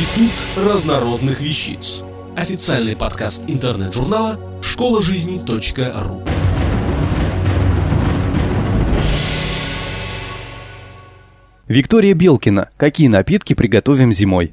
Институт разнородных вещиц. Официальный подкаст интернет-журнала школажизни.ру. Виктория Белкина. Какие напитки приготовим зимой?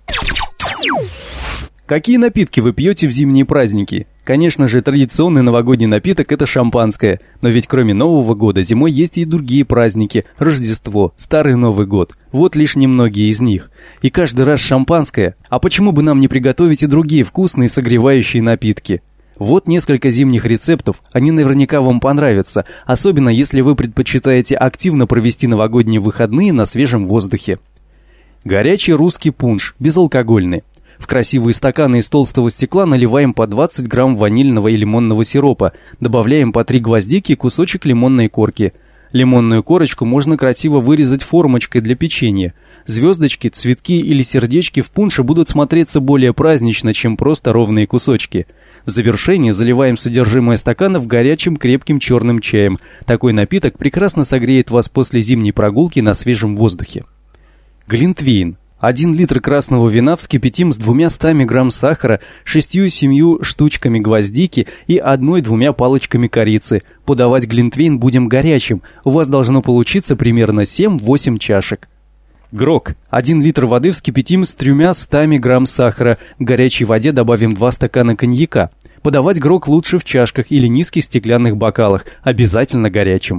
Какие напитки вы пьете в зимние праздники? Конечно же, традиционный новогодний напиток – это шампанское. Но ведь кроме Нового года зимой есть и другие праздники – Рождество, Старый Новый год. Вот лишь немногие из них. И каждый раз шампанское. А почему бы нам не приготовить и другие вкусные согревающие напитки? Вот несколько зимних рецептов, они наверняка вам понравятся, особенно если вы предпочитаете активно провести новогодние выходные на свежем воздухе. Горячий русский пунш, безалкогольный. В красивые стаканы из толстого стекла наливаем по 20 грамм ванильного и лимонного сиропа, добавляем по 3 гвоздики и кусочек лимонной корки. Лимонную корочку можно красиво вырезать формочкой для печенья. Звездочки, цветки или сердечки в пунше будут смотреться более празднично, чем просто ровные кусочки. В завершение заливаем содержимое стаканов горячим крепким черным чаем. Такой напиток прекрасно согреет вас после зимней прогулки на свежем воздухе. Глинтвейн. 1 литр красного вина вскипятим с 200 грамм сахара, 6-7 штучками гвоздики и 1-2 палочками корицы. Подавать глинтвейн будем горячим. У вас должно получиться примерно 7-8 чашек. Грог. 1 литр воды вскипятим с 300 грамм сахара. В горячей воде добавим 2 стакана коньяка. Подавать грог лучше в чашках или низких стеклянных бокалах, обязательно горячим.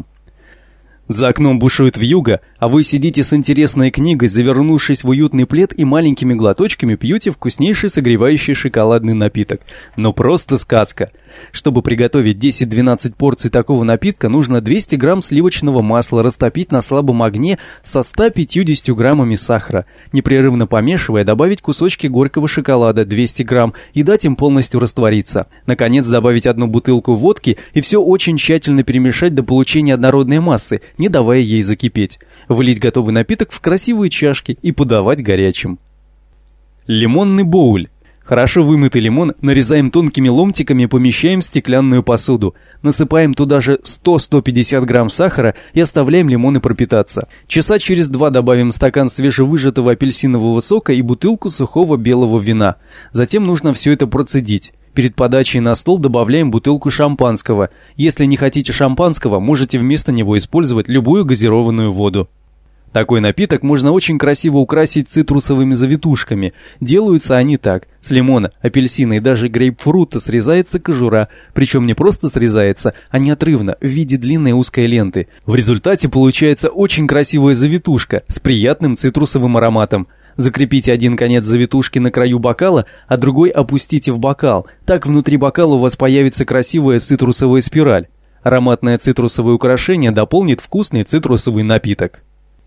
За окном бушует вьюга, а вы сидите с интересной книгой, завернувшись в уютный плед и маленькими глоточками пьете вкуснейший согревающий шоколадный напиток. Но просто сказка. Чтобы приготовить 10-12 порций такого напитка, нужно 200 грамм сливочного масла растопить на слабом огне со 150 граммами сахара. Непрерывно помешивая, добавить кусочки горького шоколада 200 грамм и дать им полностью раствориться. Наконец, добавить 1 бутылку водки и все очень тщательно перемешать до получения однородной массы, не давая ей закипеть. Вылить готовый напиток в красивые чашки и подавать горячим. Лимонный боуль. Хорошо вымытый лимон нарезаем тонкими ломтиками и помещаем в стеклянную посуду. Насыпаем туда же 100-150 грамм сахара и оставляем лимоны пропитаться. Часа через 2 добавим стакан свежевыжатого апельсинового сока и бутылку сухого белого вина. Затем нужно все это процедить. Перед подачей на стол добавляем бутылку шампанского. Если не хотите шампанского, можете вместо него использовать любую газированную воду. Такой напиток можно очень красиво украсить цитрусовыми завитушками. Делаются они так. С лимона, апельсина и даже грейпфрута срезается кожура. Причем не просто срезается, а неотрывно, в виде длинной узкой ленты. В результате получается очень красивая завитушка с приятным цитрусовым ароматом. Закрепите один конец завитушки на краю бокала, а другой опустите в бокал. Так внутри бокала у вас появится красивая цитрусовая спираль. Ароматное цитрусовое украшение дополнит вкусный цитрусовый напиток.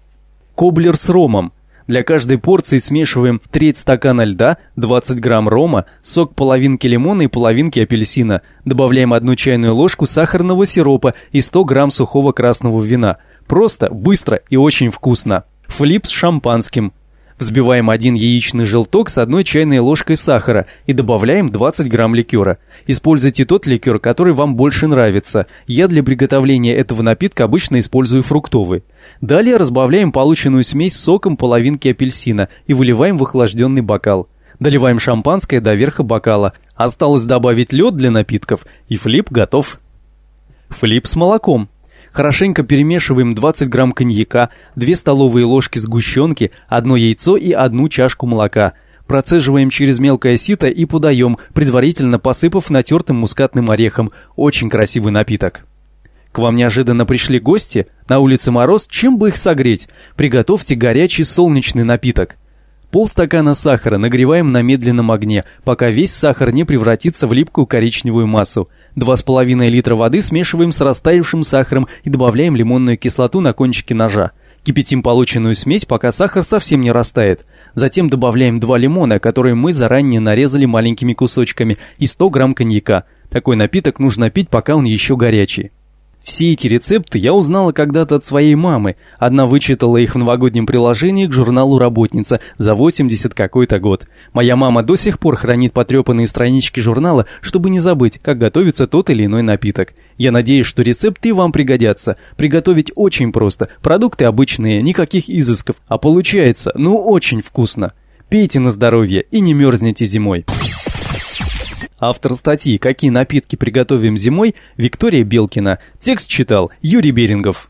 Коблер с ромом. Для каждой порции смешиваем треть стакана льда, 20 грамм рома, сок половинки лимона и половинки апельсина. Добавляем 1 чайную ложку сахарного сиропа и 100 грамм сухого красного вина. Просто, быстро и очень вкусно. Флип с шампанским. Взбиваем 1 яичный желток с 1 чайной ложкой сахара и добавляем 20 грамм ликера. Используйте тот ликер, который вам больше нравится. Я для приготовления этого напитка обычно использую фруктовый. Далее разбавляем полученную смесь соком половинки апельсина и выливаем в охлажденный бокал. Доливаем шампанское до верха бокала. Осталось добавить лед для напитков, и флип готов. Флип с молоком. Хорошенько перемешиваем 20 грамм коньяка, 2 столовые ложки сгущенки, 1 яйцо и 1 чашку молока. Процеживаем через мелкое сито и подаем, предварительно посыпав натертым мускатным орехом. Очень красивый напиток. К вам неожиданно пришли гости? На улице мороз, чем бы их согреть? Приготовьте горячий солнечный напиток. Полстакана сахара нагреваем на медленном огне, пока весь сахар не превратится в липкую коричневую массу. 2,5 литра воды смешиваем с растаявшим сахаром и добавляем лимонную кислоту на кончике ножа. Кипятим полученную смесь, пока сахар совсем не растает. Затем добавляем 2 лимона, которые мы заранее нарезали маленькими кусочками, и 100 грамм коньяка. Такой напиток нужно пить, пока он еще горячий. Все эти рецепты я узнала когда-то от своей мамы. Одна вычитала их в новогоднем приложении к журналу «Работница» за 80 какой-то год. Моя мама до сих пор хранит потрепанные странички журнала, чтобы не забыть, как готовится тот или иной напиток. Я надеюсь, что рецепты вам пригодятся. Приготовить очень просто. Продукты обычные, никаких изысков. А получается, очень вкусно. Пейте на здоровье и не мерзните зимой. Автор статьи «Какие напитки приготовим зимой» Виктория Белкина. Текст читал Юрий Берингов.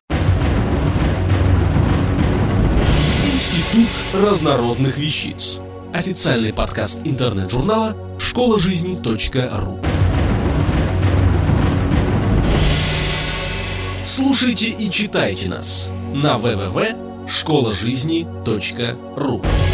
Институт разнородных вещиц. Официальный подкаст интернет-журнала школажизни.ру. Слушайте и читайте нас на www.школажизни.ру.